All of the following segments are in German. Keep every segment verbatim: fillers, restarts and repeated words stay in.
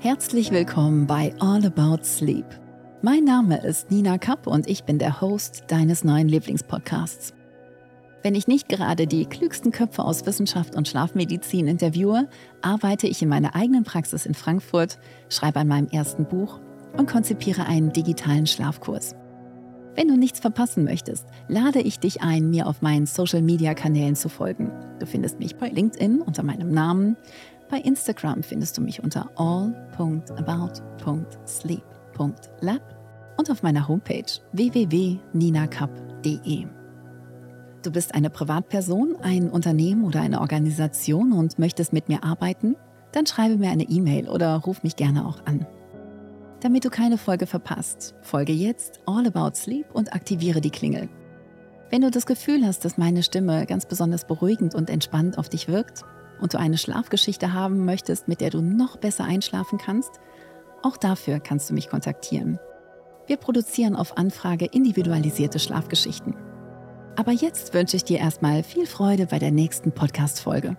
Herzlich willkommen bei All About Sleep. Mein Name ist Nina Kapp und ich bin der Host deines neuen Lieblingspodcasts. Wenn ich nicht gerade die klügsten Köpfe aus Wissenschaft und Schlafmedizin interviewe, arbeite ich in meiner eigenen Praxis in Frankfurt, schreibe an meinem ersten Buch und konzipiere einen digitalen Schlafkurs. Wenn du nichts verpassen möchtest, lade ich dich ein, mir auf meinen Social-Media-Kanälen zu folgen. Du findest mich bei LinkedIn unter meinem Namen. Bei Instagram findest du mich unter all dot about dot sleep dot lab und auf meiner Homepage w w w punkt nina kapp punkt d e. Du bist eine Privatperson, ein Unternehmen oder eine Organisation und möchtest mit mir arbeiten? Dann schreibe mir eine E-Mail oder ruf mich gerne auch an. Damit du keine Folge verpasst, folge jetzt All About Sleep und aktiviere die Klingel. Wenn du das Gefühl hast, dass meine Stimme ganz besonders beruhigend und entspannt auf dich wirkt und du eine Schlafgeschichte haben möchtest, mit der du noch besser einschlafen kannst, auch dafür kannst du mich kontaktieren. Wir produzieren auf Anfrage individualisierte Schlafgeschichten. Aber jetzt wünsche ich dir erstmal viel Freude bei der nächsten Podcast-Folge.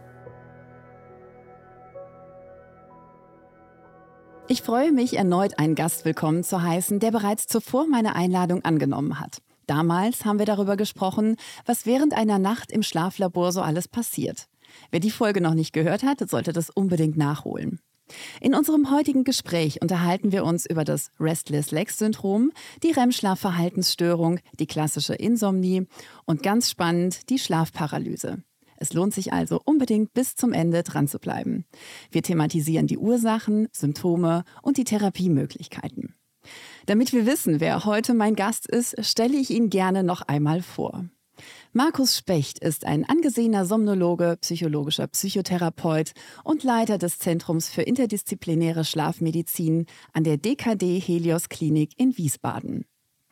Ich freue mich, erneut einen Gast willkommen zu heißen, der bereits zuvor meine Einladung angenommen hat. Damals haben wir darüber gesprochen, was während einer Nacht im Schlaflabor so alles passiert. Wer die Folge noch nicht gehört hat, sollte das unbedingt nachholen. In unserem heutigen Gespräch unterhalten wir uns über das Restless-Legs-Syndrom, die R E M-Schlafverhaltensstörung, die klassische Insomnie und ganz spannend die Schlafparalyse. Es lohnt sich also unbedingt bis zum Ende dran zu bleiben. Wir thematisieren die Ursachen, Symptome und die Therapiemöglichkeiten. Damit wir wissen, wer heute mein Gast ist, stelle ich ihn gerne noch einmal vor. Markus Specht ist ein angesehener Somnologe, psychologischer Psychotherapeut und Leiter des Zentrums für interdisziplinäre Schlafmedizin an der D K D Helios Klinik in Wiesbaden.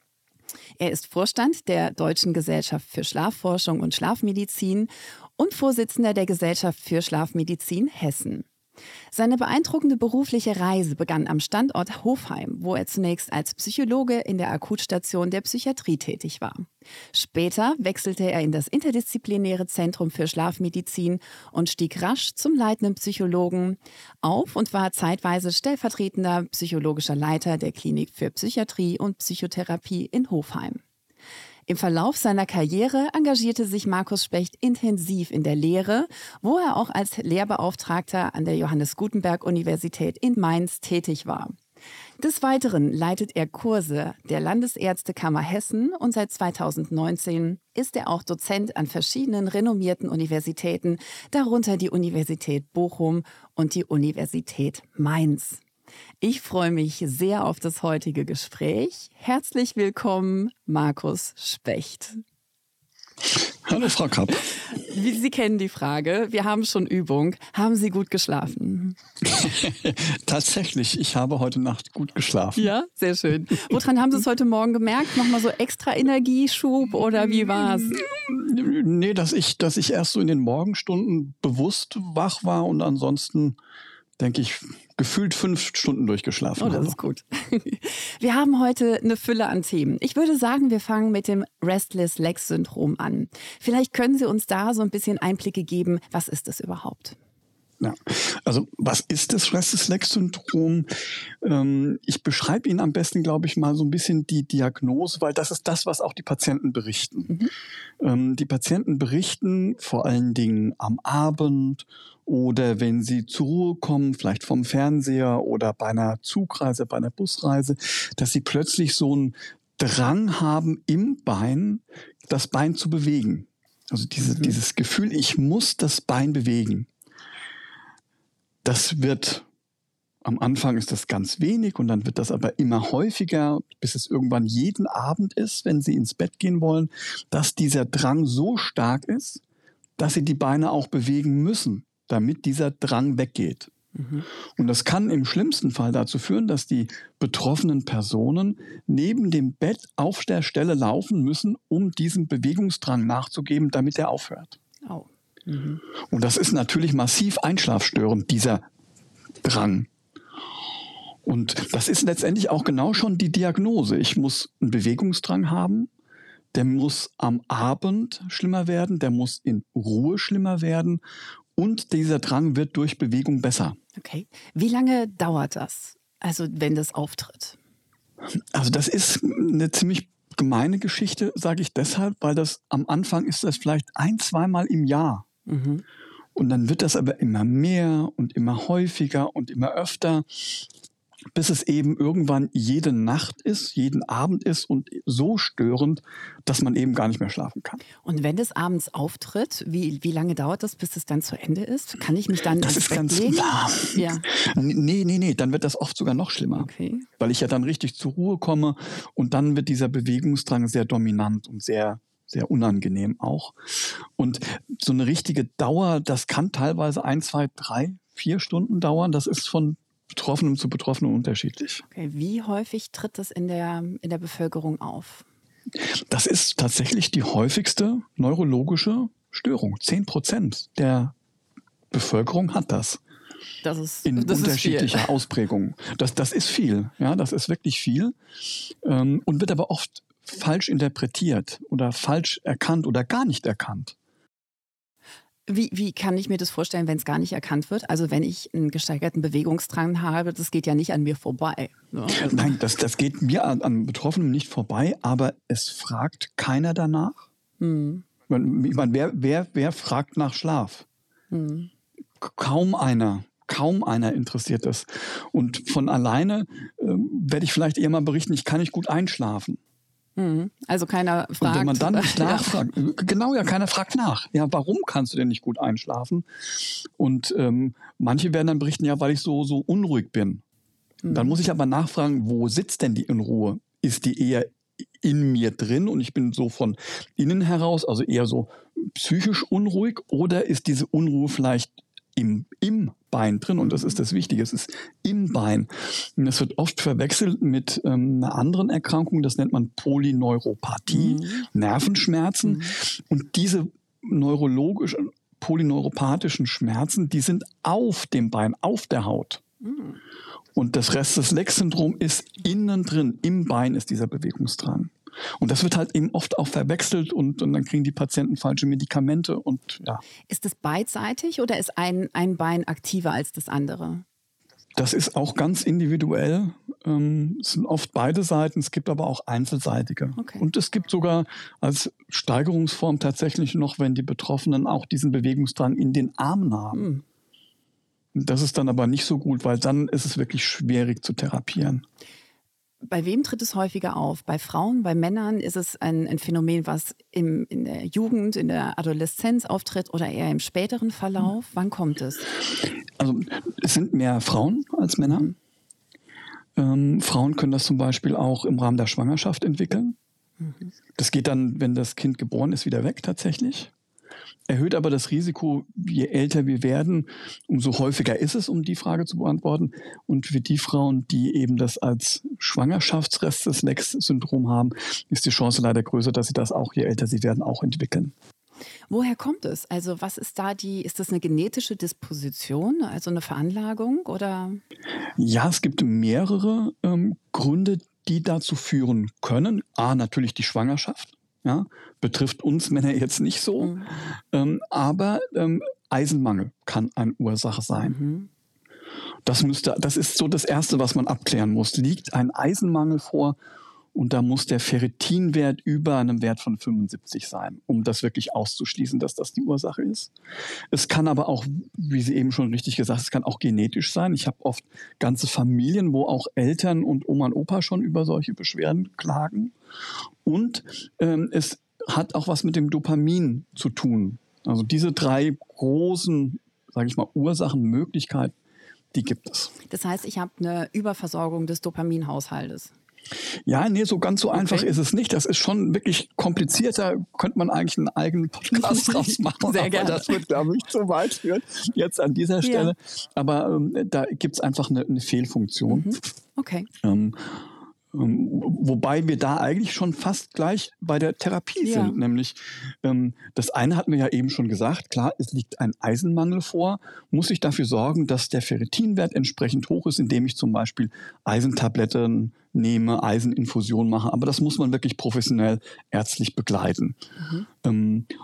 Er ist Vorstand der Deutschen Gesellschaft für Schlafforschung und Schlafmedizin und Vorsitzender der Gesellschaft für Schlafmedizin Hessen. Seine beeindruckende berufliche Reise begann am Standort Hofheim, wo er zunächst als Psychologe in der Akutstation der Psychiatrie tätig war. Später wechselte er in das interdisziplinäre Zentrum für Schlafmedizin und stieg rasch zum leitenden Psychologen auf und war zeitweise stellvertretender psychologischer Leiter der Klinik für Psychiatrie und Psychotherapie in Hofheim. Im Verlauf seiner Karriere engagierte sich Markus Specht intensiv in der Lehre, wo er auch als Lehrbeauftragter an der Johannes Gutenberg Universität in Mainz tätig war. Des Weiteren leitet er Kurse der Landesärztekammer Hessen und seit zweitausendneunzehn ist er auch Dozent an verschiedenen renommierten Universitäten, darunter die Universität Bochum und die Universität Mainz. Ich freue mich sehr auf das heutige Gespräch. Herzlich willkommen, Markus Specht. Hallo, Frau Kapp. Wie Sie kennen die Frage, wir haben schon Übung. Haben Sie gut geschlafen? Tatsächlich, ich habe heute Nacht gut geschlafen. Ja, sehr schön. Woran haben Sie es heute Morgen gemerkt? Nochmal so extra Energieschub oder wie war's? Nee, dass ich, dass ich erst so in den Morgenstunden bewusst wach war und ansonsten, denke ich, gefühlt fünf Stunden durchgeschlafen habe. Oh, das ist gut. Wir haben heute eine Fülle an Themen. Ich würde sagen, wir fangen mit dem Restless-Legs-Syndrom an. Vielleicht können Sie uns da so ein bisschen Einblicke geben. Was ist das überhaupt? Ja, also was ist das Restless-Legs-Syndrom? Ähm, ich beschreibe Ihnen am besten, glaube ich, mal so ein bisschen die Diagnose, weil das ist das, was auch die Patienten berichten. Mhm. Ähm, die Patienten berichten vor allen Dingen am Abend oder wenn sie zur Ruhe kommen, vielleicht vom Fernseher oder bei einer Zugreise, bei einer Busreise, dass sie plötzlich so einen Drang haben, im Bein das Bein zu bewegen. Also diese, mhm. dieses Gefühl, ich muss das Bein bewegen. Das wird, am Anfang ist das ganz wenig und dann wird das aber immer häufiger, bis es irgendwann jeden Abend ist, wenn Sie ins Bett gehen wollen, dass dieser Drang so stark ist, dass Sie die Beine auch bewegen müssen, damit dieser Drang weggeht. Mhm. Und das kann im schlimmsten Fall dazu führen, dass die betroffenen Personen neben dem Bett auf der Stelle laufen müssen, um diesem Bewegungsdrang nachzugeben, damit er aufhört. Oh. Mhm. Und das ist natürlich massiv einschlafstörend, dieser Drang. Und das ist letztendlich auch genau schon die Diagnose. Ich muss einen Bewegungsdrang haben, der muss am Abend schlimmer werden, der muss in Ruhe schlimmer werden Und dieser Drang wird durch Bewegung besser. Okay. Wie lange dauert das, also wenn das auftritt? Also das ist eine ziemlich gemeine Geschichte, sage ich deshalb, weil das am Anfang ist das vielleicht ein-, zweimal im Jahr. Mhm. Und dann wird das aber immer mehr und immer häufiger und immer öfter, bis es eben irgendwann jede Nacht ist, jeden Abend ist und so störend, dass man eben gar nicht mehr schlafen kann. Und wenn es abends auftritt, wie, wie lange dauert das, bis es dann zu Ende ist? Kann ich mich dann Das ins ist Bett ganz legen? klar. Ja. Nee, nee, nee, dann wird das oft sogar noch schlimmer. Okay. Weil ich ja dann richtig zur Ruhe komme und dann wird dieser Bewegungsdrang sehr dominant und sehr, sehr unangenehm auch. Und so eine richtige Dauer, das kann teilweise ein, zwei, drei, vier Stunden dauern. Das ist von Betroffenem zu Betroffenem unterschiedlich. Okay. Wie häufig tritt das in der, in der Bevölkerung auf? Das ist tatsächlich die häufigste neurologische Störung. Zehn Prozent der Bevölkerung hat das. Das ist, In das unterschiedlicher ist viel. Ausprägung. Das, das ist viel. Ja, das ist wirklich viel. Ähm, und wird aber oft falsch interpretiert oder falsch erkannt oder gar nicht erkannt. Wie, wie kann ich mir das vorstellen, wenn es gar nicht erkannt wird? Also wenn ich einen gesteigerten Bewegungsdrang habe, das geht ja nicht an mir vorbei. Ne? Also Nein, das, das geht mir an, an Betroffenen nicht vorbei, aber es fragt keiner danach. hm, Ich meine, wer, wer, wer fragt nach Schlaf? hm. Kaum einer. Kaum einer interessiert das. Und von alleine äh, werde ich vielleicht eher mal berichten, ich kann nicht gut einschlafen. Hm. Also keiner fragt. Und wenn man dann nicht Ja. nachfragt, genau, ja, keiner fragt nach. Ja, warum kannst du denn nicht gut einschlafen? Und ähm, manche werden dann berichten, ja, weil ich so, so unruhig bin. Hm. Dann muss ich aber nachfragen, wo sitzt denn die Unruhe? Ist die eher in mir drin und ich bin so von innen heraus, also eher so psychisch unruhig, oder ist diese Unruhe vielleicht im, im Bein drin? Und das ist das Wichtige, es ist im Bein. Und das wird oft verwechselt mit ähm, einer anderen Erkrankung, das nennt man Polyneuropathie, Mhm. Nervenschmerzen. Mhm. Und diese neurologischen, polyneuropathischen Schmerzen, die sind auf dem Bein, auf der Haut. Mhm. Und das Restless-Legs-Syndrom ist innen drin, im Bein ist dieser Bewegungsdrang. Und das wird halt eben oft auch verwechselt und, und dann kriegen die Patienten falsche Medikamente und ja. Ist es beidseitig oder ist ein, ein Bein aktiver als das andere? Das ist auch ganz individuell. Ähm, es sind oft beide Seiten, es gibt aber auch einzelseitige. Okay. Und es gibt sogar als Steigerungsform tatsächlich noch, wenn die Betroffenen auch diesen Bewegungsdrang in den Armen haben. Hm. Das ist dann aber nicht so gut, weil dann ist es wirklich schwierig zu therapieren. Bei wem tritt es häufiger auf? Bei Frauen, bei Männern? Ist es ein, ein Phänomen, was im, in der Jugend, in der Adoleszenz auftritt oder eher im späteren Verlauf? Wann kommt es? Also es sind mehr Frauen als Männer. Mhm. Ähm, Frauen können das zum Beispiel auch im Rahmen der Schwangerschaft entwickeln. Mhm. Das geht dann, wenn das Kind geboren ist, wieder weg tatsächlich. Erhöht aber das Risiko, je älter wir werden, umso häufiger ist es, um die Frage zu beantworten. Und für die Frauen, die eben das als Schwangerschaftsrestless-Legs-Syndrom haben, ist die Chance leider größer, dass sie das auch, je älter sie werden, auch entwickeln. Woher kommt es? Also was ist da die, ist das eine genetische Disposition, also eine Veranlagung oder? Ja, es gibt mehrere ähm, Gründe, die dazu führen können. A, natürlich die Schwangerschaft. Ja, betrifft uns Männer jetzt nicht so, Mhm. ähm, aber ähm, Eisenmangel kann eine Ursache sein. Mhm. Das müsste, das ist so das Erste, was man abklären muss. Liegt ein Eisenmangel vor und da muss der Ferritinwert über einem Wert von fünfundsiebzig sein, um das wirklich auszuschließen, dass das die Ursache ist. Es kann aber auch, wie Sie eben schon richtig gesagt haben, es kann auch genetisch sein. Ich habe oft ganze Familien, wo auch Eltern und Oma und Opa schon über solche Beschwerden klagen. Und ähm, es hat auch was mit dem Dopamin zu tun. Also diese drei großen, sage ich mal, Ursachenmöglichkeiten, die gibt es. Das heißt, ich habe eine Überversorgung des Dopaminhaushaltes. Ja, nee, so ganz so einfach Okay. ist es nicht. Das ist schon wirklich komplizierter. Könnte man eigentlich einen eigenen Podcast draus machen. Sehr aber gerne. das wird, glaube ich, zu weit führen jetzt an dieser Stelle. Aber ähm, da gibt es einfach eine, eine Fehlfunktion. Mhm. Okay. Ähm, ähm, wobei wir da eigentlich schon fast gleich bei der Therapie Ja. sind. Nämlich ähm, das eine hatten wir ja eben schon gesagt. Klar, es liegt ein Eisenmangel vor. Muss ich dafür sorgen, dass der Ferritinwert entsprechend hoch ist, indem ich zum Beispiel Eisentabletten nehme, Eiseninfusion mache. Aber das muss man wirklich professionell ärztlich begleiten. Mhm. Ähm,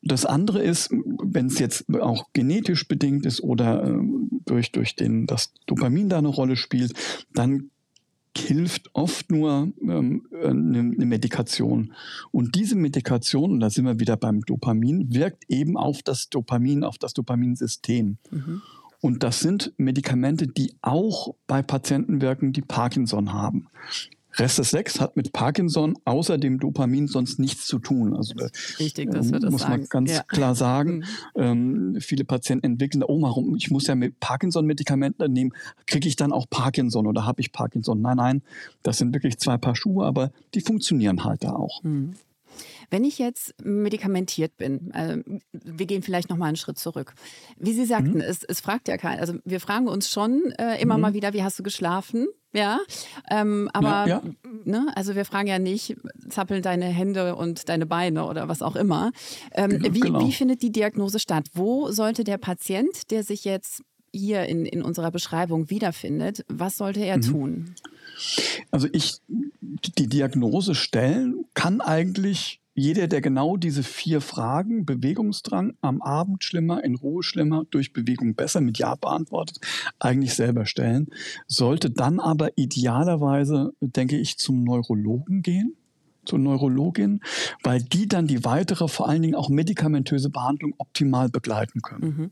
Das andere ist, wenn es jetzt auch genetisch bedingt ist oder äh, durch, durch den, das Dopamin da eine Rolle spielt, dann hilft oft nur ähm, eine, eine Medikation. Und diese Medikation, und da sind wir wieder beim Dopamin, wirkt eben auf das Dopamin, auf das Dopaminsystem. Mhm. Und das sind Medikamente, die auch bei Patienten wirken, die Parkinson haben. Restless Legs hat mit Parkinson außer dem Dopamin sonst nichts zu tun. Also richtig, dass wir das muss man sagen. ganz ja. klar sagen. Mhm. Ähm, viele Patienten entwickeln, oh, warum? Ich muss ja mit Parkinson-Medikamenten nehmen. Kriege ich dann auch Parkinson oder habe ich Parkinson? Nein, nein, das sind wirklich zwei Paar Schuhe, aber die funktionieren halt da auch. Mhm. Wenn ich jetzt medikamentiert bin, äh, wir gehen vielleicht noch mal einen Schritt zurück. Wie Sie sagten, mhm. es, es fragt ja keiner. Also wir fragen uns schon äh, immer mhm. mal wieder, wie hast du geschlafen? Ja, ähm, aber ja, ja. Ne, also wir fragen ja nicht, zappeln deine Hände und deine Beine oder was auch immer. Ähm, wie, genau. wie findet die Diagnose statt? Wo sollte der Patient, der sich jetzt hier in, in unserer Beschreibung wiederfindet, was sollte er mhm. tun? Also ich, die Diagnose stellen kann eigentlich jeder, der genau diese vier Fragen, Bewegungsdrang, am Abend schlimmer, in Ruhe schlimmer, durch Bewegung besser, mit Ja beantwortet, eigentlich selber stellen, sollte dann aber idealerweise, denke ich, zum Neurologen gehen, zur Neurologin, weil die dann die weitere, vor allen Dingen auch medikamentöse Behandlung optimal begleiten können. Mhm.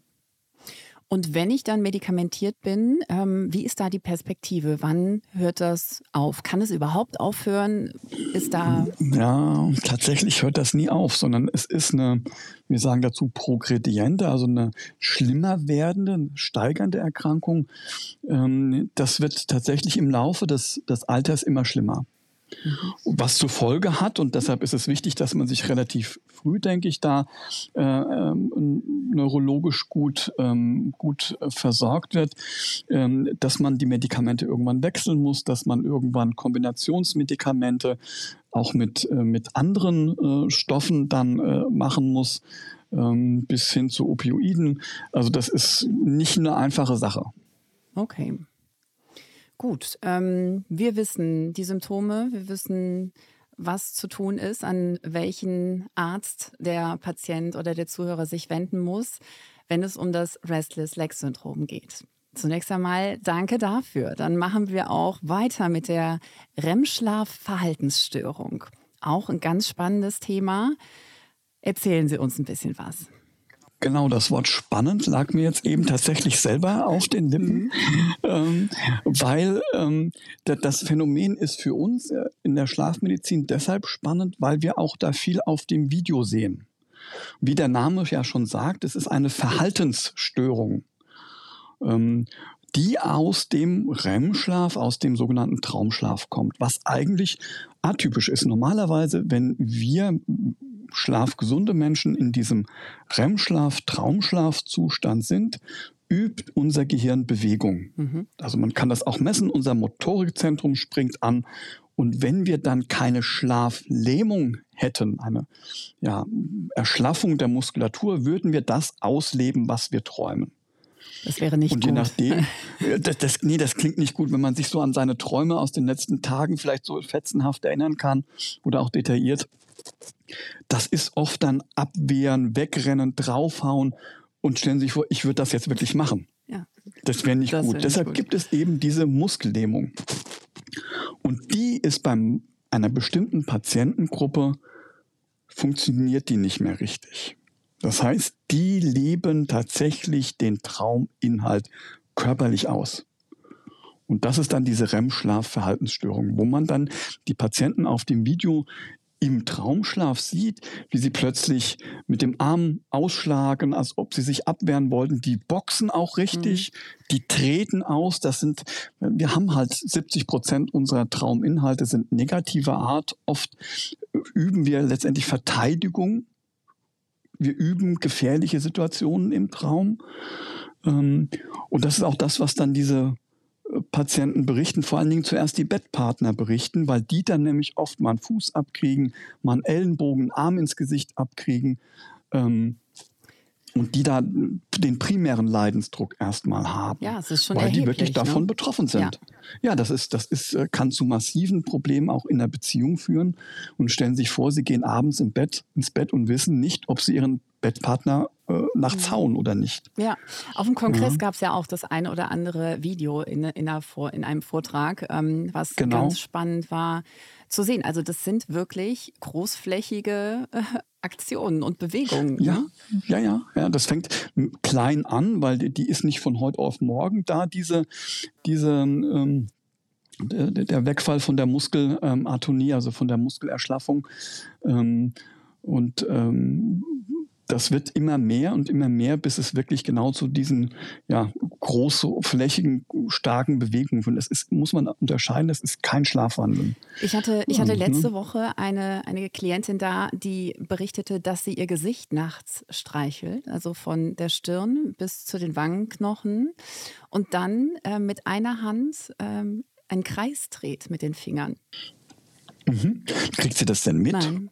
Und wenn ich dann medikamentiert bin, ähm, wie ist da die Perspektive? Wann hört das auf? Kann es überhaupt aufhören? Ist da ja, tatsächlich hört das nie auf, sondern es ist eine, wir sagen dazu progrediente, also eine schlimmer werdende, steigernde Erkrankung. Ähm, das wird tatsächlich im Laufe des, des Alters immer schlimmer. Mhm. Was zur Folge hat, und deshalb ist es wichtig, dass man sich relativ früh, denke ich, da äh, ähm, neurologisch gut, ähm, gut äh, versorgt wird, ähm, dass man die Medikamente irgendwann wechseln muss, dass man irgendwann Kombinationsmedikamente auch mit, äh, mit anderen äh, Stoffen dann äh, machen muss, ähm, bis hin zu Opioiden. Also das ist nicht eine einfache Sache. Okay. Gut, ähm, wir wissen die Symptome, wir wissen, was zu tun ist, an welchen Arzt der Patient oder der Zuhörer sich wenden muss, wenn es um das Restless-Legs-Syndrom geht. Zunächst einmal danke dafür. Dann machen wir auch weiter mit der R E M-Schlaf-Verhaltensstörung. Auch ein ganz spannendes Thema. Erzählen Sie uns ein bisschen was. Genau, das Wort spannend lag mir jetzt eben tatsächlich selber auf den Lippen, mhm. ähm, weil ähm, das Phänomen ist für uns in der Schlafmedizin deshalb spannend, weil wir auch da viel auf dem Video sehen. Wie der Name ja schon sagt, es ist eine Verhaltensstörung, ähm, die aus dem R E M-Schlaf, aus dem sogenannten Traumschlaf kommt, was eigentlich atypisch ist. Normalerweise, wenn wir schlafgesunde Menschen in diesem R E M-Schlaf, Traumschlafzustand sind, übt unser Gehirn Bewegung. Mhm. Also man kann das auch messen, unser Motorikzentrum springt an. Und wenn wir dann keine Schlaflähmung hätten, eine ja, Erschlaffung der Muskulatur, würden wir das ausleben, was wir träumen. Das wäre nicht gut. Und je nachdem, das, das, nee, das klingt nicht gut, wenn man sich so an seine Träume aus den letzten Tagen vielleicht so fetzenhaft erinnern kann oder auch detailliert. Das ist oft dann abwehren, wegrennen, draufhauen und stellen Sie sich vor, ich würde das jetzt wirklich machen. Ja. Das wäre nicht das gut. Wär Deshalb nicht gut. Gibt es eben diese Muskellähmung. Und die ist bei einer bestimmten Patientengruppe, funktioniert die nicht mehr richtig. Das heißt, die leben tatsächlich den Trauminhalt körperlich aus. Und das ist dann diese R E M-Schlaf-Verhaltensstörung, wo man dann die Patienten auf dem Video im Traumschlaf sieht, wie sie plötzlich mit dem Arm ausschlagen, als ob sie sich abwehren wollten. Die boxen auch richtig, mhm. die treten aus. Das sind, wir haben halt siebzig Prozent unserer Trauminhalte sind negativer Art. Oft üben wir letztendlich Verteidigung. Wir üben gefährliche Situationen im Traum. Und das ist auch das, was dann diese Patienten berichten, vor allen Dingen zuerst die Bettpartner berichten, weil die dann nämlich oft mal einen Fuß abkriegen, mal einen Ellenbogen, einen Arm ins Gesicht abkriegen ähm, und die da den primären Leidensdruck erstmal haben, ja, es ist schon weil die wirklich ne? davon betroffen sind. Ja, ja das ist, das ist, kann zu massiven Problemen auch in der Beziehung führen und stellen sich vor, sie gehen abends im Bett, ins Bett und wissen nicht, ob sie ihren Bettpartner äh, nachts hauen oder nicht. Ja, auf dem Kongress Ja. gab es ja auch das eine oder andere Video in, in, einer Vor, in einem Vortrag, ähm, was Genau. ganz spannend war zu sehen. Also das sind wirklich großflächige äh, Aktionen und Bewegungen. Ja, Ne? ja, ja, ja. Das fängt klein an, weil die, die ist nicht von heute auf morgen da, diese, diese ähm, der, der Wegfall von der Muskelartonie, also von der Muskelerschlaffung. Ähm, und ähm, das wird immer mehr und immer mehr, bis es wirklich genau zu diesen ja, großflächigen, starken Bewegungen führt. Das ist, muss man unterscheiden, das ist kein Schlafwandeln. Ich hatte, ich hatte letzte Mhm. Woche eine, eine Klientin da, die berichtete, dass sie ihr Gesicht nachts streichelt, also von der Stirn bis zu den Wangenknochen und dann äh, mit einer Hand ähm, einen Kreis dreht mit den Fingern. Mhm. Kriegt sie das denn mit? Nein.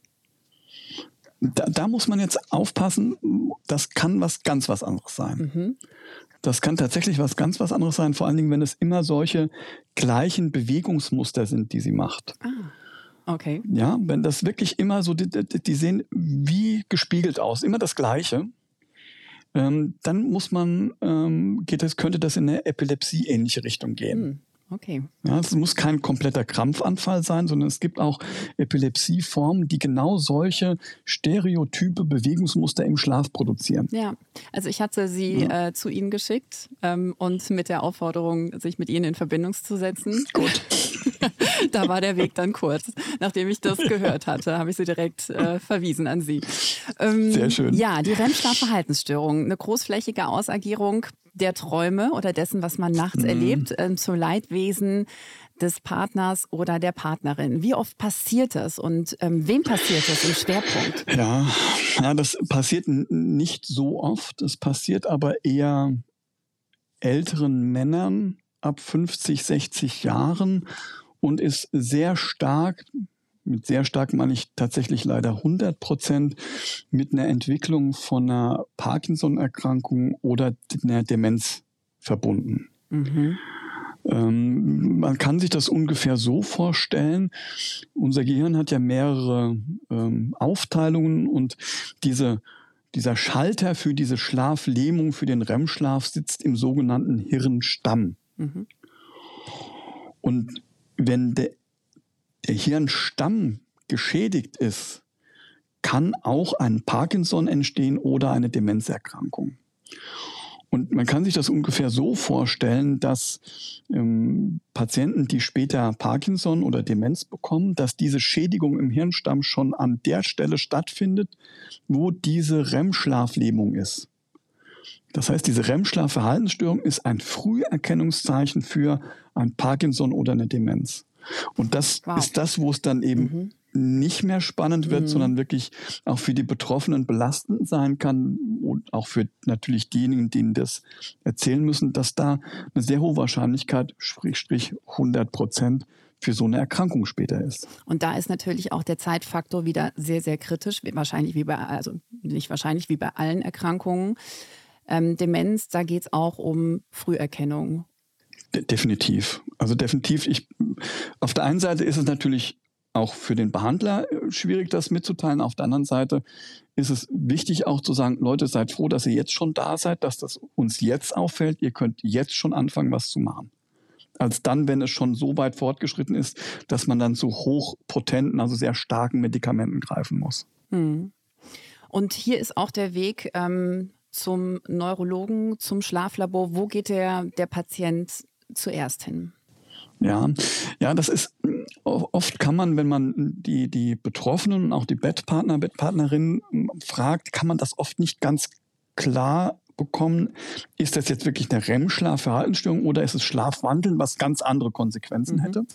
Da, da muss man jetzt aufpassen, das kann was ganz was anderes sein. Mhm. Das kann tatsächlich was ganz was anderes sein, vor allen Dingen, wenn es immer solche gleichen Bewegungsmuster sind, die sie macht. Ah, okay. Ja, wenn das wirklich immer so, die, die, die sehen wie gespiegelt aus, immer das Gleiche, ähm, dann muss man, ähm, geht das, könnte das in eine Epilepsie-ähnliche Richtung gehen. Hm. Okay. Ja, es muss kein kompletter Krampfanfall sein, sondern es gibt auch Epilepsieformen, die genau solche stereotype Bewegungsmuster im Schlaf produzieren. Ja, also ich hatte sie Ja. äh, zu Ihnen geschickt ähm, und mit der Aufforderung, sich mit Ihnen in Verbindung zu setzen. Gut. Da war der Weg dann kurz. Nachdem ich das gehört hatte, habe ich sie direkt äh, verwiesen an Sie. Ähm, Sehr schön. Ja, die R E M-Schlafverhaltensstörung, eine großflächige Ausagierung der Träume oder dessen, was man nachts Mhm. erlebt, ähm, zum Leidwesen des Partners oder der Partnerin. Wie oft passiert das und ähm, wem passiert das im Schwerpunkt? Ja, ja, das passiert n- nicht so oft. Es passiert aber eher älteren Männern ab fünfzig, sechzig Jahren und ist sehr stark, mit sehr stark meine ich tatsächlich leider hundert Prozent, mit einer Entwicklung von einer Parkinson-Erkrankung oder einer Demenz verbunden. Mhm. Ähm, man kann sich das ungefähr so vorstellen. Unser Gehirn hat ja mehrere ähm, Aufteilungen und diese, dieser Schalter für diese Schlaflähmung, für den R E M-Schlaf sitzt im sogenannten Hirnstamm. Mhm. Und wenn der, der Hirnstamm geschädigt ist, kann auch ein Parkinson entstehen oder eine Demenzerkrankung. Und man kann sich das ungefähr so vorstellen, dass ähm, Patienten, die später Parkinson oder Demenz bekommen, dass diese Schädigung im Hirnstamm schon an der Stelle stattfindet, wo diese R E M-Schlaflähmung ist. Das heißt, diese R E M-Schlafverhaltensstörung ist ein Früherkennungszeichen für ein Parkinson oder eine Demenz. Und das Wow. ist das, wo es dann eben Mhm. nicht mehr spannend wird, Mhm. sondern wirklich auch für die Betroffenen belastend sein kann und auch für natürlich diejenigen, denen das erzählen müssen, dass da eine sehr hohe Wahrscheinlichkeit, sprich, sprich hundert Prozent, für so eine Erkrankung später ist. Und da ist natürlich auch der Zeitfaktor wieder sehr, sehr kritisch. Wahrscheinlich wie bei, also nicht wahrscheinlich wie bei allen Erkrankungen. Ähm, Demenz, da geht es auch um Früherkennung. De- definitiv. Also definitiv. Ich, auf der einen Seite ist es natürlich auch für den Behandler äh, schwierig, das mitzuteilen. Auf der anderen Seite ist es wichtig auch zu sagen, Leute, seid froh, dass ihr jetzt schon da seid, dass das uns jetzt auffällt. Ihr könnt jetzt schon anfangen, was zu machen. Als dann, wenn es schon so weit fortgeschritten ist, dass man dann zu hochpotenten, also sehr starken Medikamenten greifen muss. Hm. Und hier ist auch der Weg ähm, zum Neurologen, zum Schlaflabor. Wo geht der, der Patient zuerst hin? Ja, ja, das ist, oft kann man, wenn man die, die Betroffenen und auch die Bettpartner, Bettpartnerinnen fragt, kann man das oft nicht ganz klar bekommen. Ist das jetzt wirklich eine R E M-Schlafverhaltensstörung oder ist es Schlafwandeln, was ganz andere Konsequenzen Mhm. hätte?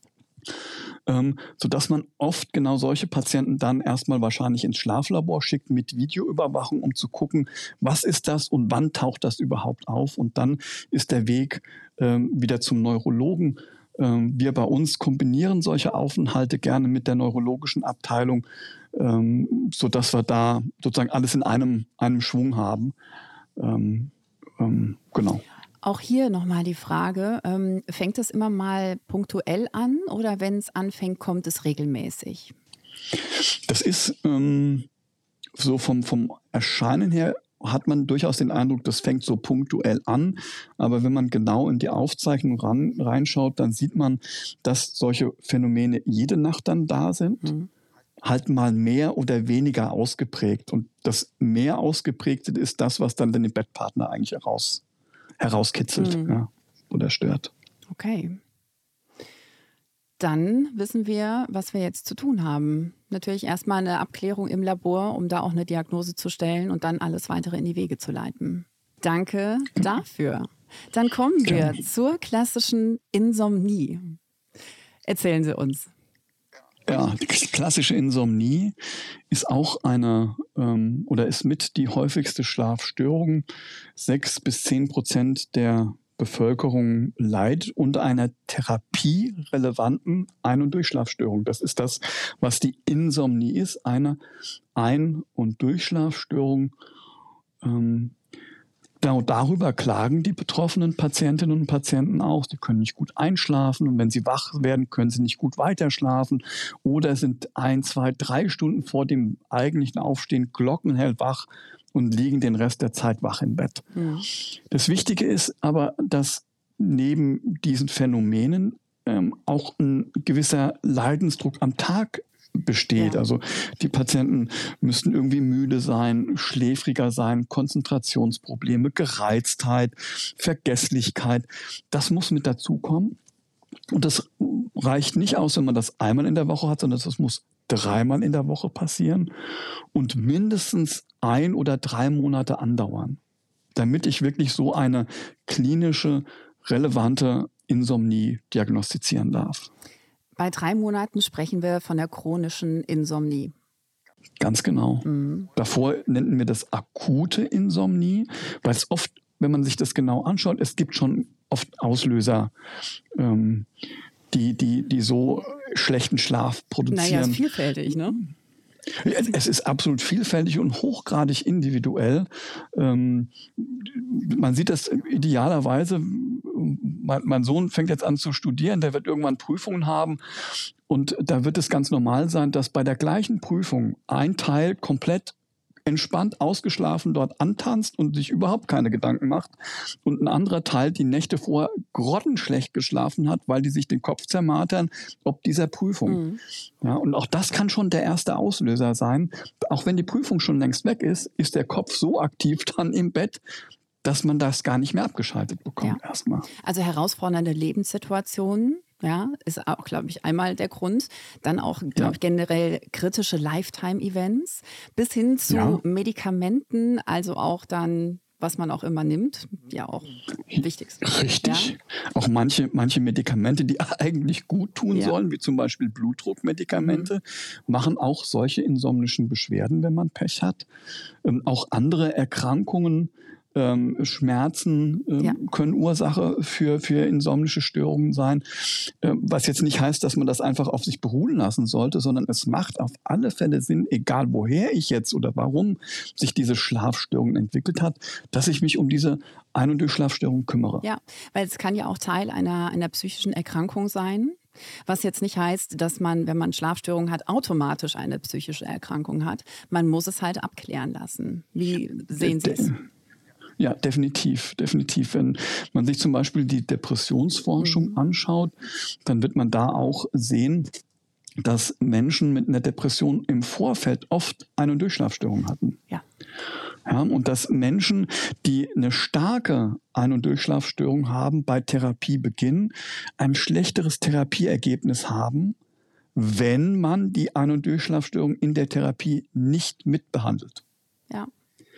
Ähm, sodass man oft genau solche Patienten dann erstmal wahrscheinlich ins Schlaflabor schickt mit Videoüberwachung, um zu gucken, was ist das und wann taucht das überhaupt auf. Und dann ist der Weg ähm, wieder zum Neurologen. Ähm, wir bei uns kombinieren solche Aufenthalte gerne mit der neurologischen Abteilung, ähm, sodass wir da sozusagen alles in einem, einem Schwung haben. Ähm, ähm, genau. Auch hier nochmal die Frage, ähm, fängt es immer mal punktuell an oder wenn es anfängt, kommt es regelmäßig? Das ist ähm, so vom, vom Erscheinen her hat man durchaus den Eindruck, das fängt so punktuell an. Aber wenn man genau in die Aufzeichnung ran, reinschaut, dann sieht man, dass solche Phänomene jede Nacht dann da sind. Mhm. Halt mal mehr oder weniger ausgeprägt. Und das mehr ausgeprägte ist das, was dann den Bettpartner eigentlich heraus, herauskitzelt, mhm. ja, oder stört. Okay. Dann wissen wir, was wir jetzt zu tun haben. Natürlich erstmal eine Abklärung im Labor, um da auch eine Diagnose zu stellen und dann alles weitere in die Wege zu leiten. Danke dafür. Dann kommen wir ja. zur klassischen Insomnie. Erzählen Sie uns. Ja, die klassische Insomnie ist auch eine ähm, oder ist mit die häufigste Schlafstörung. Sechs bis zehn Prozent der Bevölkerung leidet unter einer therapierelevanten Ein- und Durchschlafstörung. Das ist das, was die Insomnie ist, eine Ein- und Durchschlafstörung. Ähm, da, darüber klagen die betroffenen Patientinnen und Patienten auch. Sie können nicht gut einschlafen und wenn sie wach werden, können sie nicht gut weiterschlafen oder sind ein, zwei, drei Stunden vor dem eigentlichen Aufstehen glockenhell wach und liegen den Rest der Zeit wach im Bett. Mhm. Das Wichtige ist aber, dass neben diesen Phänomenen ähm, auch ein gewisser Leidensdruck am Tag besteht. Ja. Also die Patienten müssten irgendwie müde sein, schläfriger sein, Konzentrationsprobleme, Gereiztheit, Vergesslichkeit. Das muss mit dazukommen. Und das reicht nicht aus, wenn man das einmal in der Woche hat, sondern das muss dreimal in der Woche passieren und mindestens ein oder drei Monate andauern, damit ich wirklich so eine klinische, relevante Insomnie diagnostizieren darf. Bei drei Monaten sprechen wir von der chronischen Insomnie. Ganz genau. Mhm. Davor nennen wir das akute Insomnie, weil es oft, wenn man sich das genau anschaut, es gibt schon oft Auslöser, ähm, die, die, die so schlechten Schlaf produzieren. Naja, ist vielfältig, ne? Es ist absolut vielfältig und hochgradig individuell. Ähm, man sieht das idealerweise, mein, mein Sohn fängt jetzt an zu studieren, der wird irgendwann Prüfungen haben und da wird es ganz normal sein, dass bei der gleichen Prüfung ein Teil komplett entspannt, ausgeschlafen dort antanzt und sich überhaupt keine Gedanken macht und ein anderer Teil die Nächte vorher grottenschlecht geschlafen hat, weil die sich den Kopf zermartern, ob dieser Prüfung. Mhm. Ja, und auch das kann schon der erste Auslöser sein. Auch wenn die Prüfung schon längst weg ist, ist der Kopf so aktiv dann im Bett, dass man das gar nicht mehr abgeschaltet bekommt ja. erstmal. Also herausfordernde Lebenssituationen. Ja, ist auch, glaube ich, einmal der Grund. Dann auch ja. generell kritische Lifetime-Events bis hin zu ja. Medikamenten, also auch dann, was man auch immer nimmt, ja auch wichtig sind. Richtig. Ja? Auch manche, manche Medikamente, die eigentlich gut tun ja. sollen, wie zum Beispiel Blutdruckmedikamente, mhm. machen auch solche insomnischen Beschwerden, wenn man Pech hat. Ähm, auch andere Erkrankungen, Ähm, Schmerzen ähm, ja. können Ursache für, für insomnische Störungen sein, ähm, was jetzt nicht heißt, dass man das einfach auf sich beruhen lassen sollte, sondern es macht auf alle Fälle Sinn, egal woher ich jetzt oder warum sich diese Schlafstörung entwickelt hat, dass ich mich um diese Ein- und Durchschlafstörung kümmere. Ja, weil es kann ja auch Teil einer, einer psychischen Erkrankung sein. Was jetzt nicht heißt, dass man, wenn man Schlafstörungen hat, automatisch eine psychische Erkrankung hat. Man muss es halt abklären lassen. Wie sehen Sie es? Ja, definitiv, definitiv. Wenn man sich zum Beispiel die Depressionsforschung mhm. anschaut, dann wird man da auch sehen, dass Menschen mit einer Depression im Vorfeld oft Ein- und Durchschlafstörungen hatten. Ja. Ja, und dass Menschen, die eine starke Ein- und Durchschlafstörung haben, bei Therapiebeginn ein schlechteres Therapieergebnis haben, wenn man die Ein- und Durchschlafstörung in der Therapie nicht mitbehandelt. Ja.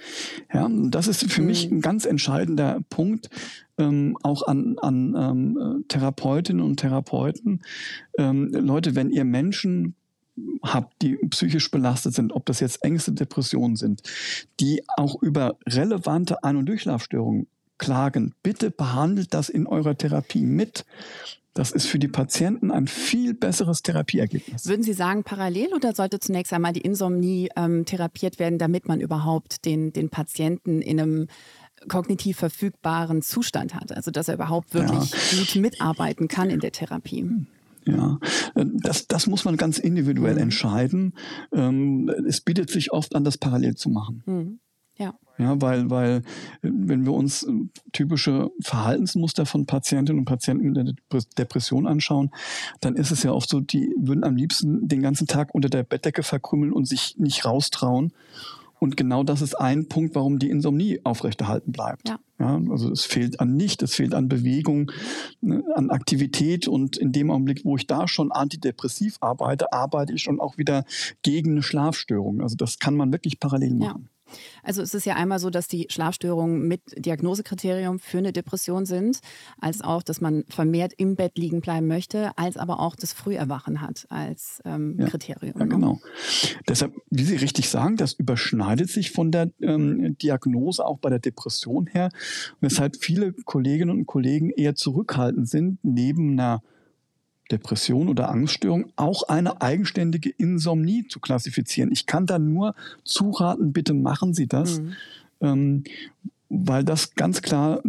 Ja, das ist für mich ein ganz entscheidender Punkt, ähm, auch an, an ähm, Therapeutinnen und Therapeuten. Ähm, Leute, wenn ihr Menschen habt, die psychisch belastet sind, ob das jetzt Ängste, Depressionen sind, die auch über relevante Ein- und Durchschlafstörungen klagen, bitte behandelt das in eurer Therapie mit. Das ist für die Patienten ein viel besseres Therapieergebnis. Würden Sie sagen, parallel oder sollte zunächst einmal die Insomnie ähm, therapiert werden, damit man überhaupt den, den Patienten in einem kognitiv verfügbaren Zustand hat? Also dass er überhaupt wirklich ja. gut mitarbeiten kann in der Therapie? Ja, das, das muss man ganz individuell mhm. entscheiden. Ähm, es bietet sich oft an, das parallel zu machen. Mhm. Ja. Ja, weil, weil, wenn wir uns typische Verhaltensmuster von Patientinnen und Patienten mit der Depression anschauen, dann ist es ja oft so, die würden am liebsten den ganzen Tag unter der Bettdecke verkrümmeln und sich nicht raustrauen. Und genau das ist ein Punkt, warum die Insomnie aufrechterhalten bleibt. Ja. Ja, also es fehlt an Licht, es fehlt an Bewegung, an Aktivität. Und in dem Augenblick, wo ich da schon antidepressiv arbeite, arbeite ich schon auch wieder gegen eine Schlafstörung. Also das kann man wirklich parallel machen. Ja. Also es ist ja einmal so, dass die Schlafstörungen mit Diagnosekriterium für eine Depression sind, als auch, dass man vermehrt im Bett liegen bleiben möchte, als aber auch das Früherwachen hat als ähm, ja, Kriterium. Ja, genau. Deshalb, wie Sie richtig sagen, das überschneidet sich von der ähm, Diagnose auch bei der Depression her, weshalb viele Kolleginnen und Kollegen eher zurückhaltend sind, neben einer Depression oder Angststörung auch eine eigenständige Insomnie zu klassifizieren. Ich kann da nur zuraten, bitte machen Sie das, mhm. ähm, weil das ganz klar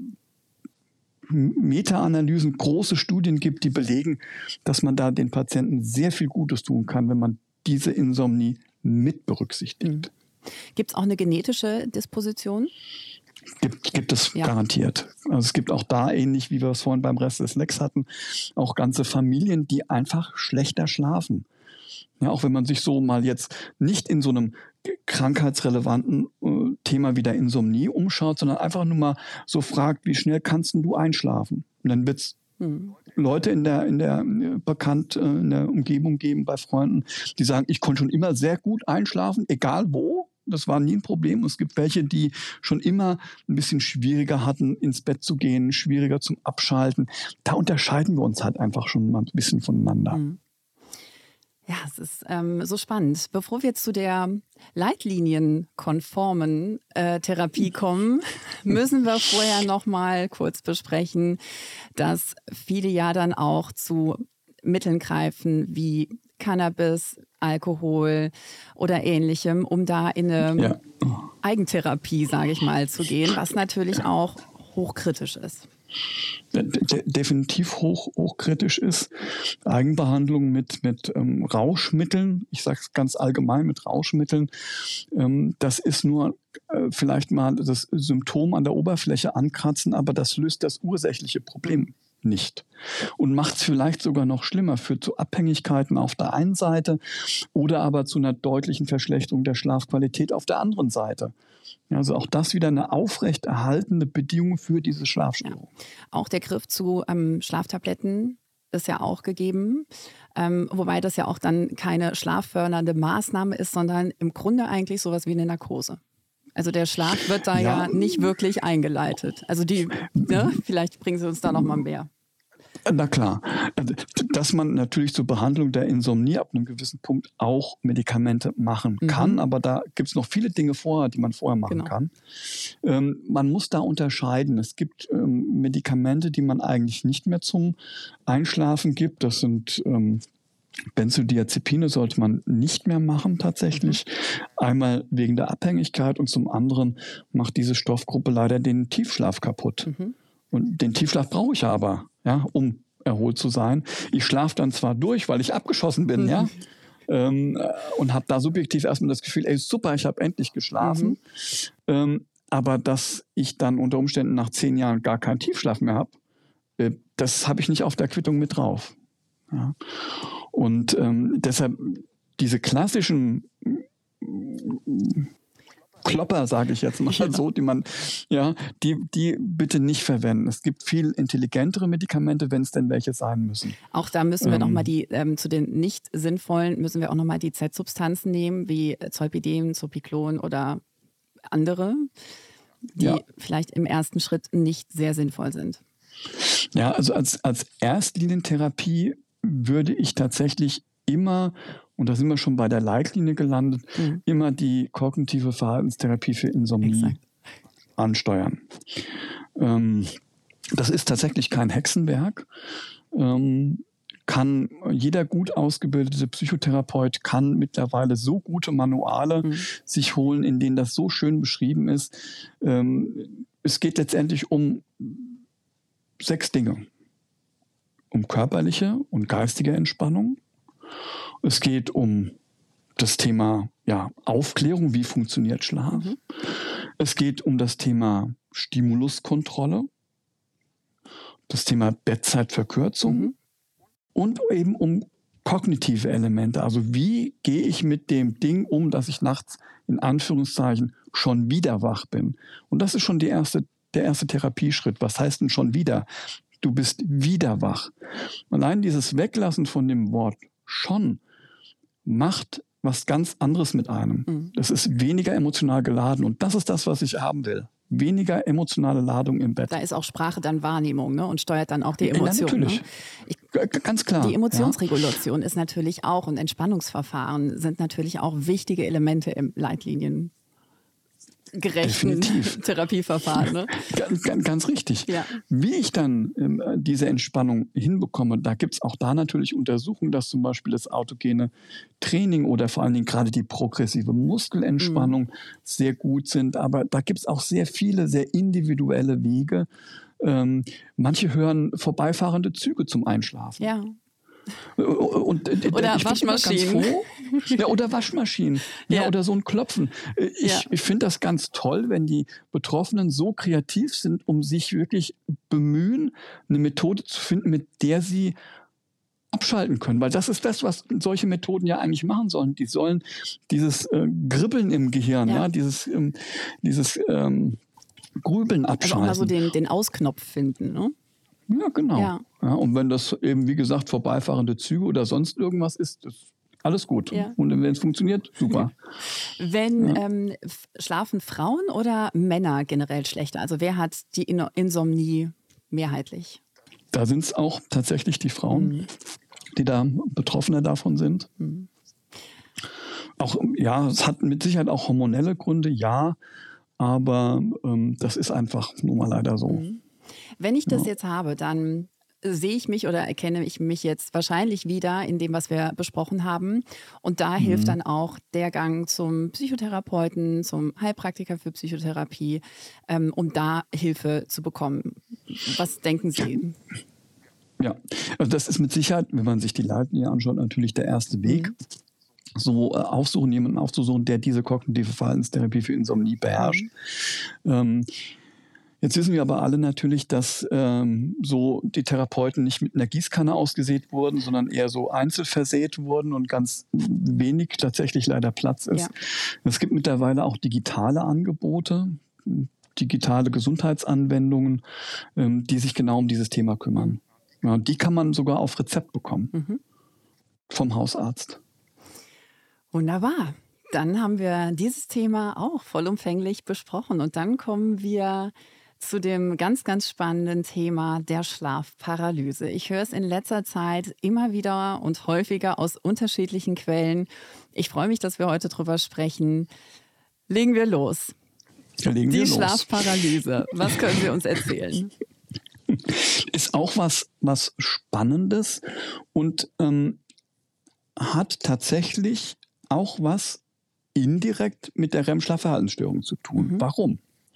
Meta-Analysen, große Studien gibt, die belegen, dass man da den Patienten sehr viel Gutes tun kann, wenn man diese Insomnie mit berücksichtigt. Mhm. Gibt es auch eine genetische Disposition? Gibt, gibt es ja. garantiert. Also es gibt auch da, ähnlich wie wir es vorhin beim Restless Legs hatten, auch ganze Familien, die einfach schlechter schlafen. Ja, auch wenn man sich so mal jetzt nicht in so einem krankheitsrelevanten äh, Thema wie der Insomnie umschaut, sondern einfach nur mal so fragt, wie schnell kannst du einschlafen? Und dann wird es hm. Leute in der, in der bekannt, in der Umgebung geben, bei Freunden, die sagen, ich konnte schon immer sehr gut einschlafen, egal wo. Das war nie ein Problem. Und es gibt welche, die schon immer ein bisschen schwieriger hatten, ins Bett zu gehen, schwieriger zum Abschalten. Da unterscheiden wir uns halt einfach schon mal ein bisschen voneinander. Mhm. Ja, es ist ähm, so spannend. Bevor wir jetzt zu der leitlinienkonformen äh, Therapie kommen, müssen wir vorher noch mal kurz besprechen, dass viele ja dann auch zu Mitteln greifen wie Cannabis, Alkohol oder Ähnlichem, um da in eine ja. Eigentherapie, sage ich mal, zu gehen, was natürlich auch hochkritisch ist. De- definitiv hoch, hochkritisch ist. Eigenbehandlung mit, mit ähm, Rauschmitteln, ich sage es ganz allgemein mit Rauschmitteln, ähm, das ist nur äh, vielleicht mal das Symptom an der Oberfläche ankratzen, aber das löst das ursächliche Problem nicht. Und macht es vielleicht sogar noch schlimmer, führt zu Abhängigkeiten auf der einen Seite oder aber zu einer deutlichen Verschlechterung der Schlafqualität auf der anderen Seite. Also auch das wieder eine aufrechterhaltende Bedingung für diese Schlafstörung. Ja. Auch der Griff zu ähm, Schlaftabletten ist ja auch gegeben, ähm, wobei das ja auch dann keine schlaffördernde Maßnahme ist, sondern im Grunde eigentlich sowas wie eine Narkose. Also der Schlaf wird da ja, ja nicht wirklich eingeleitet. Also die, ne, vielleicht bringen Sie uns da noch mal mehr. Na klar, dass man natürlich zur Behandlung der Insomnie ab einem gewissen Punkt auch Medikamente machen kann, mhm. aber da gibt es noch viele Dinge vorher, die man vorher machen genau. kann. Ähm, man muss da unterscheiden. Es gibt ähm, Medikamente, die man eigentlich nicht mehr zum Einschlafen gibt. Das sind ähm, Benzodiazepine, sollte man nicht mehr machen tatsächlich. Mhm. Einmal wegen der Abhängigkeit und zum anderen macht diese Stoffgruppe leider den Tiefschlaf kaputt. Mhm. Und den Tiefschlaf brauche ich aber, ja, um erholt zu sein. Ich schlafe dann zwar durch, weil ich abgeschossen bin, mhm. ja, ähm, und habe da subjektiv erstmal das Gefühl, ey, super, ich habe endlich geschlafen. Mhm. Ähm, aber dass ich dann unter Umständen nach zehn Jahren gar keinen Tiefschlaf mehr habe, äh, das habe ich nicht auf der Quittung mit drauf. Ja. Und ähm, deshalb diese klassischen Klopper, sage ich jetzt mal ja. so, die man, ja, die, die bitte nicht verwenden. Es gibt viel intelligentere Medikamente, wenn es denn welche sein müssen. Auch da müssen wir ähm, nochmal die, ähm, zu den nicht sinnvollen, müssen wir auch nochmal die Z-Substanzen nehmen, wie Zolpidem, Zopiklon oder andere, die ja. vielleicht im ersten Schritt nicht sehr sinnvoll sind. Ja, also als, als Erstlinientherapie würde ich tatsächlich immer, und da sind wir schon bei der Leitlinie gelandet, mhm. immer die kognitive Verhaltenstherapie für Insomnie Exakt. ansteuern. Ähm, das ist tatsächlich kein Hexenwerk. Ähm, kann jeder gut ausgebildete Psychotherapeut kann mittlerweile so gute Manuale mhm. sich holen, in denen das so schön beschrieben ist. Ähm, es geht letztendlich um sechs Dinge. um körperliche und geistige Entspannung. Es geht um das Thema ja, Aufklärung, wie funktioniert Schlaf. Mhm. Es geht um das Thema Stimuluskontrolle, das Thema Bettzeitverkürzung mhm. und eben um kognitive Elemente. Also wie gehe ich mit dem Ding um, dass ich nachts in Anführungszeichen schon wieder wach bin. Und das ist schon die erste, der erste Therapieschritt. Was heißt denn schon wieder? Du bist wieder wach. Allein dieses Weglassen von dem Wort schon macht was ganz anderes mit einem. Mhm. Das ist weniger emotional geladen. Und das ist das, was ich haben will. Weniger emotionale Ladung im Bett. Da ist auch Sprache dann Wahrnehmung, ne? Und steuert dann auch die Emotionen. Ja, natürlich. Ne? Ich, ganz klar. Die Emotionsregulation ja. ist natürlich auch und Entspannungsverfahren sind natürlich auch wichtige Elemente im Leitlinien. Gerechten Definitiv. Therapieverfahren. Ne? Ganz, ganz, ganz richtig. Ja. Wie ich dann ähm, diese Entspannung hinbekomme, da gibt es auch da natürlich Untersuchungen, dass zum Beispiel das autogene Training oder vor allen Dingen gerade die progressive Muskelentspannung mhm. sehr gut sind. Aber da gibt es auch sehr viele, sehr individuelle Wege. Ähm, manche hören vorbeifahrende Züge zum Einschlafen. Ja. Und, äh, oder Waschmaschinen. Ja, oder Waschmaschinen. Ja. Ja, oder so ein Klopfen. Ich, ja. ich finde das ganz toll, wenn die Betroffenen so kreativ sind, um sich wirklich bemühen, eine Methode zu finden, mit der sie abschalten können. Weil das ist das, was solche Methoden ja eigentlich machen sollen. Die sollen dieses äh, Gribbeln im Gehirn, ja. Ja, dieses, ähm, dieses ähm, Grübeln abschalten. Also auch mal so den, den Ausknopf finden, ne? Ja, genau. Ja. Ja, und wenn das eben, wie gesagt, vorbeifahrende Züge oder sonst irgendwas ist, ist alles gut. Ja. Und wenn es funktioniert, super. Wenn ja. ähm, schlafen Frauen oder Männer generell schlechter? Also wer hat die In- Insomnie mehrheitlich? Da sind es auch tatsächlich die Frauen, mhm. die da Betroffene davon sind. Mhm. Auch, ja, es hat mit Sicherheit auch hormonelle Gründe, ja, aber ähm, das ist einfach nun mal leider so. Mhm. Wenn ich das ja. jetzt habe, dann sehe ich mich oder erkenne ich mich jetzt wahrscheinlich wieder in dem, was wir besprochen haben. Und da mhm. hilft dann auch der Gang zum Psychotherapeuten, zum Heilpraktiker für Psychotherapie, ähm, um da Hilfe zu bekommen. Was denken Sie? Ja, also das ist mit Sicherheit, wenn man sich die Leitlinie anschaut, natürlich der erste Weg. Mhm. So äh, aufsuchen, jemanden aufzusuchen, der diese kognitive Verhaltenstherapie für Insomnie beherrscht. Mhm. Ähm, Jetzt wissen wir aber alle natürlich, dass ähm, so die Therapeuten nicht mit einer Gießkanne ausgesät wurden, sondern eher so einzelversät wurden und ganz wenig tatsächlich leider Platz ist. Ja. Es gibt mittlerweile auch digitale Angebote, digitale Gesundheitsanwendungen, ähm, die sich genau um dieses Thema kümmern. Mhm. Ja, die kann man sogar auf Rezept bekommen mhm. vom Hausarzt. Wunderbar. Dann haben wir dieses Thema auch vollumfänglich besprochen und dann kommen wir zu dem ganz, ganz spannenden Thema der Schlafparalyse. Ich höre es in letzter Zeit immer wieder und häufiger aus unterschiedlichen Quellen. Ich freue mich, dass wir heute drüber sprechen. Legen wir los. Legen wir Die los. Schlafparalyse. Was können Sie uns erzählen? Ist auch was, was Spannendes und ähm, hat tatsächlich auch was indirekt mit der R E M-Schlafverhaltensstörung zu tun. Mhm. Warum?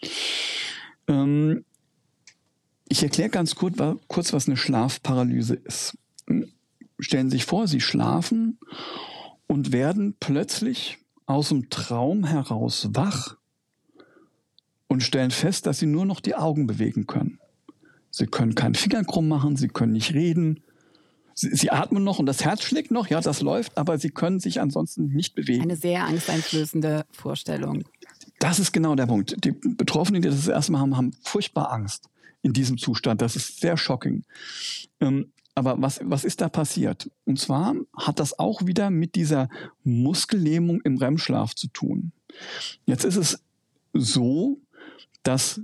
Ähm, ich erkläre ganz kurz, kurz, was eine Schlafparalyse ist. Stellen Sie sich vor, Sie schlafen und werden plötzlich aus dem Traum heraus wach und stellen fest, dass Sie nur noch die Augen bewegen können. Sie können keinen Finger krumm machen, Sie können nicht reden. Sie, Sie atmen noch und das Herz schlägt noch, ja, das läuft, aber Sie können sich ansonsten nicht bewegen. Eine sehr angsteinflößende Vorstellung. Das ist genau der Punkt. Die Betroffenen, die das das erste Mal haben, haben furchtbar Angst in diesem Zustand. Das ist sehr shocking. Ähm, aber was, was ist da passiert? Und zwar hat das auch wieder mit dieser Muskellähmung im R E M-Schlaf zu tun. Jetzt ist es so, dass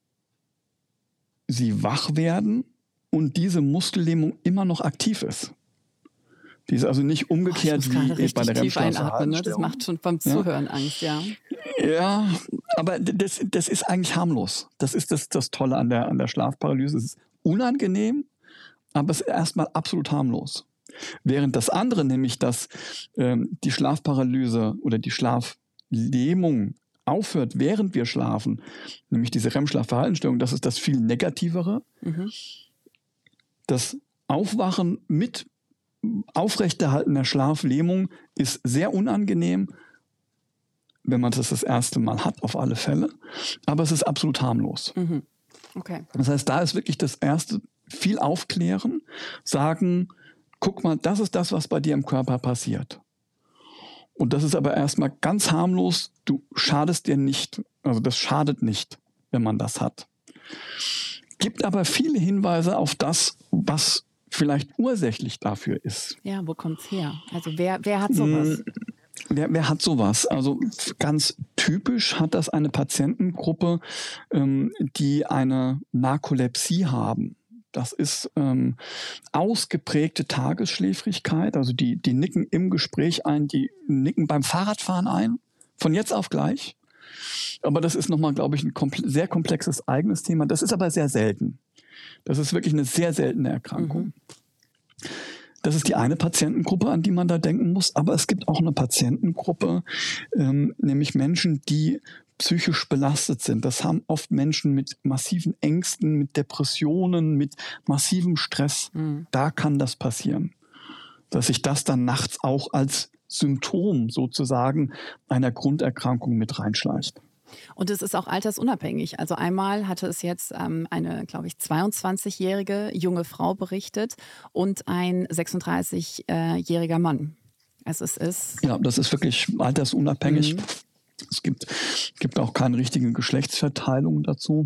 sie wach werden und diese Muskellähmung immer noch aktiv ist. Die ist also nicht umgekehrt oh, wie bei der R E M-Schlafverhaltensstörung. Ne? Das macht schon beim Zuhören ja. Angst, ja. Ja, aber das, das ist eigentlich harmlos. Das ist das, das Tolle an der, an der Schlafparalyse. Es ist unangenehm, aber es ist erstmal absolut harmlos. Während das andere, nämlich dass ähm, die Schlafparalyse oder die Schlaflähmung aufhört, während wir schlafen, nämlich diese R E M-Schlafverhaltensstörung, das ist das viel Negativere. Mhm. Das Aufwachen mit aufrechterhaltener Schlaflähmung ist sehr unangenehm, wenn man das das erste Mal hat, auf alle Fälle. Aber es ist absolut harmlos. Mhm. Okay. Das heißt, da ist wirklich das Erste, viel aufklären, sagen, guck mal, das ist das, was bei dir im Körper passiert. Und das ist aber erstmal ganz harmlos, du schadest dir nicht, also das schadet nicht, wenn man das hat. Gibt aber viele Hinweise auf das, was vielleicht ursächlich dafür ist. Ja, wo kommt's her? Also wer, wer hat sowas? Wer, wer hat sowas? Also ganz typisch hat das eine Patientengruppe, ähm, die eine Narkolepsie haben. Das ist ähm, ausgeprägte Tagesschläfrigkeit. Also die, die nicken im Gespräch ein, die nicken beim Fahrradfahren ein, von jetzt auf gleich. Aber das ist nochmal, glaube ich, ein komple- sehr komplexes eigenes Thema. Das ist aber sehr selten. Das ist wirklich eine sehr seltene Erkrankung. Mhm. Das ist die eine Patientengruppe, an die man da denken muss. Aber es gibt auch eine Patientengruppe, ähm, nämlich Menschen, die psychisch belastet sind. Das haben oft Menschen mit massiven Ängsten, mit Depressionen, mit massivem Stress. Mhm. Da kann das passieren. Dass sich das dann nachts auch als Symptom sozusagen einer Grunderkrankung mit reinschleicht. Und es ist auch altersunabhängig. Also einmal hatte es jetzt ähm, eine, glaube ich, zweiundzwanzigjährige junge Frau berichtet und ein sechsunddreißigjähriger Mann. Also es ist ja, das ist wirklich altersunabhängig. Mhm. Es gibt, gibt auch keine richtige Geschlechtsverteilung dazu.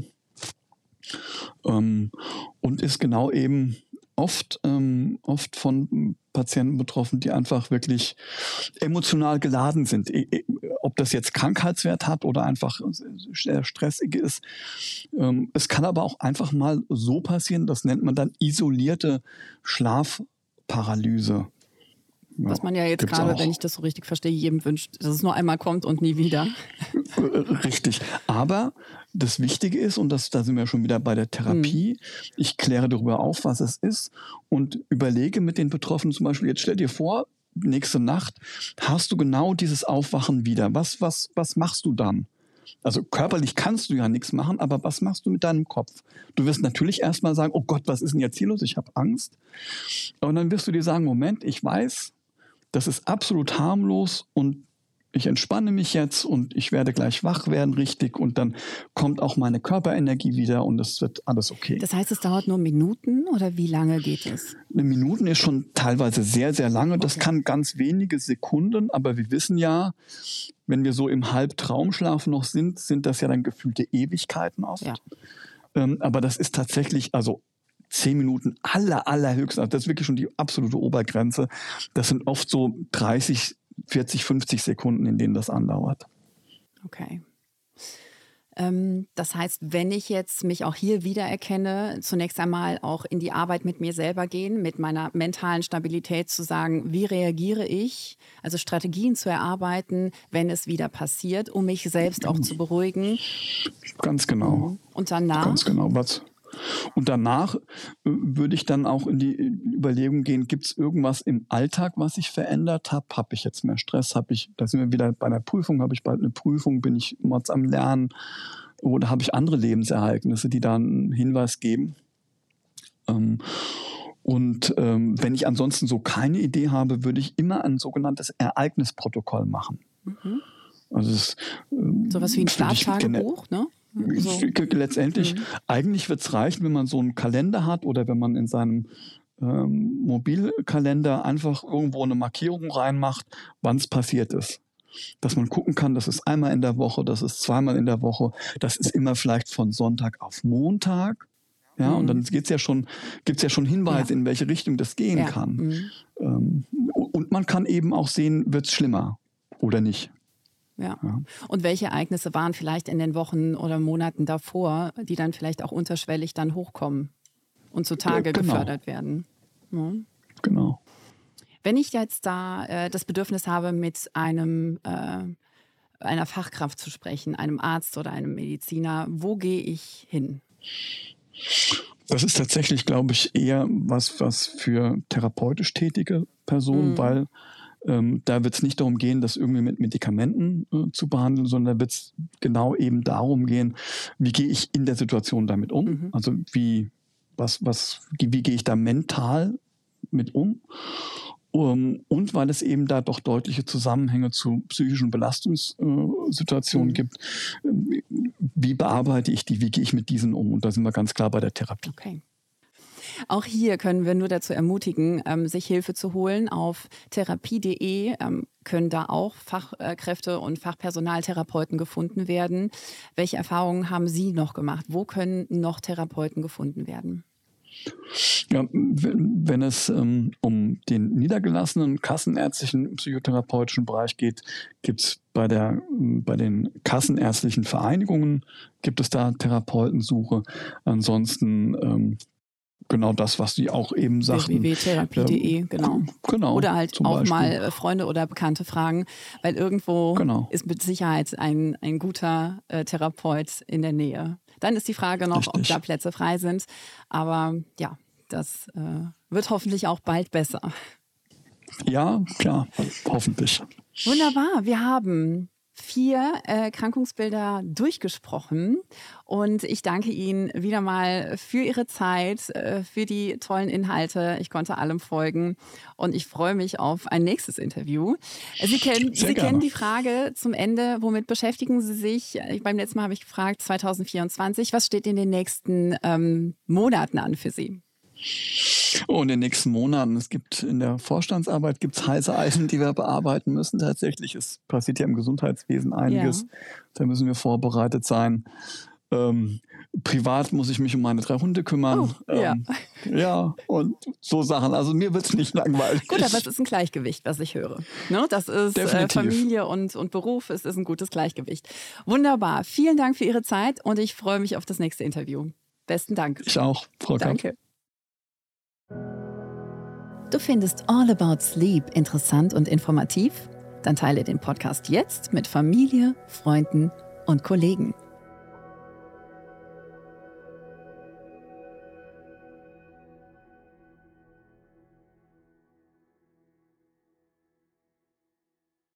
Ähm, und ist genau eben oft, ähm, oft von Patienten betroffen, die einfach wirklich emotional geladen sind. Ob das jetzt Krankheitswert hat oder einfach sehr stressig ist. Ähm, es kann aber auch einfach mal so passieren, das nennt man dann isolierte Schlafparalyse. Was man ja jetzt gerade, auch, wenn ich das so richtig verstehe, jedem wünscht, dass es nur einmal kommt und nie wieder. Richtig. Aber das Wichtige ist, und das, da sind wir schon wieder bei der Therapie, hm. ich kläre darüber auf, was es ist und überlege mit den Betroffenen zum Beispiel, jetzt stell dir vor, nächste Nacht hast du genau dieses Aufwachen wieder. Was, was, was machst du dann? Also körperlich kannst du ja nichts machen, aber was machst du mit deinem Kopf? Du wirst natürlich erstmal sagen, oh Gott, was ist denn jetzt hier los? Ich habe Angst. Und dann wirst du dir sagen, Moment, ich weiß, das ist absolut harmlos und ich entspanne mich jetzt und ich werde gleich wach werden, richtig, und dann kommt auch meine Körperenergie wieder und es wird alles okay. Das heißt, es dauert nur Minuten oder wie lange geht es? Minuten ist schon teilweise sehr, sehr lange. Das okay. kann ganz wenige Sekunden, aber wir wissen ja, wenn wir so im Halbtraumschlaf noch sind, sind das ja dann gefühlte Ewigkeiten oft. Ja. Ähm, aber das ist tatsächlich, also zehn Minuten aller, allerhöchstens, also das ist wirklich schon die absolute Obergrenze. Das sind oft so dreißig, vierzig, fünfzig Sekunden, in denen das andauert. Okay. Ähm, das heißt, wenn ich jetzt mich auch hier wiedererkenne, zunächst einmal auch in die Arbeit mit mir selber gehen, mit meiner mentalen Stabilität zu sagen, wie reagiere ich, also Strategien zu erarbeiten, wenn es wieder passiert, um mich selbst auch zu beruhigen. Ganz genau. Und danach? Ganz genau, was... Und danach äh, würde ich dann auch in die Überlegung gehen, gibt es irgendwas im Alltag, was sich verändert habe? Habe ich jetzt mehr Stress? Habe ich, da sind wir wieder bei einer Prüfung, habe ich bald eine Prüfung, bin ich mords am Lernen oder habe ich andere Lebensereignisse, die da einen Hinweis geben? Ähm, und ähm, wenn ich ansonsten so keine Idee habe, würde ich immer ein sogenanntes Ereignisprotokoll machen. Mhm. Also es, ähm, so was wie ein Schlaftagebuch, ne? So. Letztendlich, mhm. eigentlich wird es reichen, wenn man so einen Kalender hat oder wenn man in seinem ähm, Mobilkalender einfach irgendwo eine Markierung reinmacht, wann es passiert ist. Dass man gucken kann, das ist einmal in der Woche, das ist zweimal in der Woche, das ist immer vielleicht von Sonntag auf Montag. Ja, mhm. und dann geht's ja schon, gibt's ja schon Hinweise, ja. in welche Richtung das gehen ja. kann. Mhm. Ähm, und man kann eben auch sehen, wird's schlimmer oder nicht. Ja. ja. Und welche Ereignisse waren vielleicht in den Wochen oder Monaten davor, die dann vielleicht auch unterschwellig dann hochkommen und zutage genau. gefördert werden? Ja. Genau. Wenn ich jetzt da äh, das Bedürfnis habe, mit einem äh, einer Fachkraft zu sprechen, einem Arzt oder einem Mediziner, wo gehe ich hin? Das ist tatsächlich, glaube ich, eher was, was für therapeutisch tätige Personen, mhm. weil Ähm, da wird es nicht darum gehen, das irgendwie mit Medikamenten äh, zu behandeln, sondern da wird es genau eben darum gehen, wie gehe ich in der Situation damit um? Mhm. Also wie, was, was, wie gehe ich da mental mit um? Um, und weil es eben da doch deutliche Zusammenhänge zu psychischen Belastungssituationen äh, mhm. gibt. Wie bearbeite ich die? Wie gehe ich mit diesen um? Und da sind wir ganz klar bei der Therapie. Okay. Auch hier können wir nur dazu ermutigen, ähm, sich Hilfe zu holen. Auf therapie punkt de ähm, können da auch Fachkräfte und Fachpersonaltherapeuten gefunden werden. Welche Erfahrungen haben Sie noch gemacht? Wo können noch Therapeuten gefunden werden? Ja, wenn es ähm, um den niedergelassenen kassenärztlichen psychotherapeutischen Bereich geht, gibt es bei der bei den kassenärztlichen Vereinigungen gibt es da Therapeutensuche. Ansonsten ähm, genau das, was Sie auch eben sagten. w w w punkt therapie punkt de, ähm, genau. genau. Oder halt auch Beispiel. mal Freunde oder Bekannte fragen, weil irgendwo genau. ist mit Sicherheit ein, ein guter äh, Therapeut in der Nähe. Dann ist die Frage noch, Richtig. ob da Plätze frei sind. Aber ja, das äh, wird hoffentlich auch bald besser. Ja, klar, hoffentlich. Wunderbar, wir haben vier Erkrankungsbilder durchgesprochen und ich danke Ihnen wieder mal für Ihre Zeit, für die tollen Inhalte. Ich konnte allem folgen und ich freue mich auf ein nächstes Interview. Sie kennen, Sie kennen die Frage zum Ende, womit beschäftigen Sie sich? Beim letzten Mal habe ich gefragt, zwanzig vierundzwanzig, was steht in den nächsten ähm, Monaten an für Sie? Oh, in den nächsten Monaten. Es gibt in der Vorstandsarbeit gibt's heiße Eisen, die wir bearbeiten müssen. Tatsächlich, es passiert ja im Gesundheitswesen einiges. Ja. Da müssen wir vorbereitet sein. Ähm, privat muss ich mich um meine drei Hunde kümmern. Oh, ja. Ähm, ja, und so Sachen. Also mir wird's nicht langweilig. Gut, aber es ist ein Gleichgewicht, was ich höre. Ne? Das ist äh, Familie und, und Beruf. Es ist ein gutes Gleichgewicht. Wunderbar. Vielen Dank für Ihre Zeit und ich freue mich auf das nächste Interview. Besten Dank. Ich auch, Frau Kapp. Danke. Du findest All About Sleep interessant und informativ? Dann teile den Podcast jetzt mit Familie, Freunden und Kollegen.